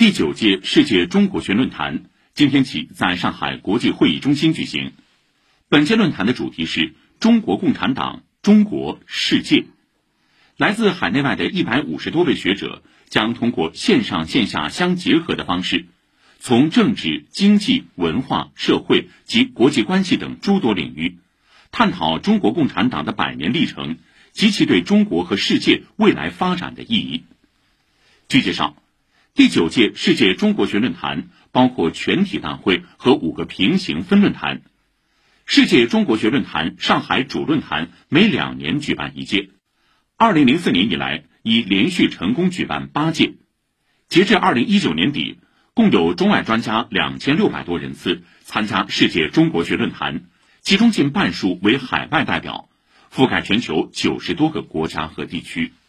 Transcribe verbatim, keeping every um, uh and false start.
第九届世界中国学论坛今天起在上海国际会议中心举行。本届论坛的主题是中国共产党、中国、世界。来自海内外的一百五十多位学者将通过线上线下相结合的方式，从政治、经济、文化、社会及国际关系等诸多领域，探讨中国共产党的百年历程及其对中国和世界未来发展的意义。据介绍，第九届世界中国学论坛包括全体大会和五个平行分论坛。世界中国学论坛上海主论坛每两年举办一届，二零零四年以来已连续成功举办八届。截至二零一九年底，共有中外专家两千六百多人次参加世界中国学论坛，其中近半数为海外代表，覆盖全球九十多个国家和地区。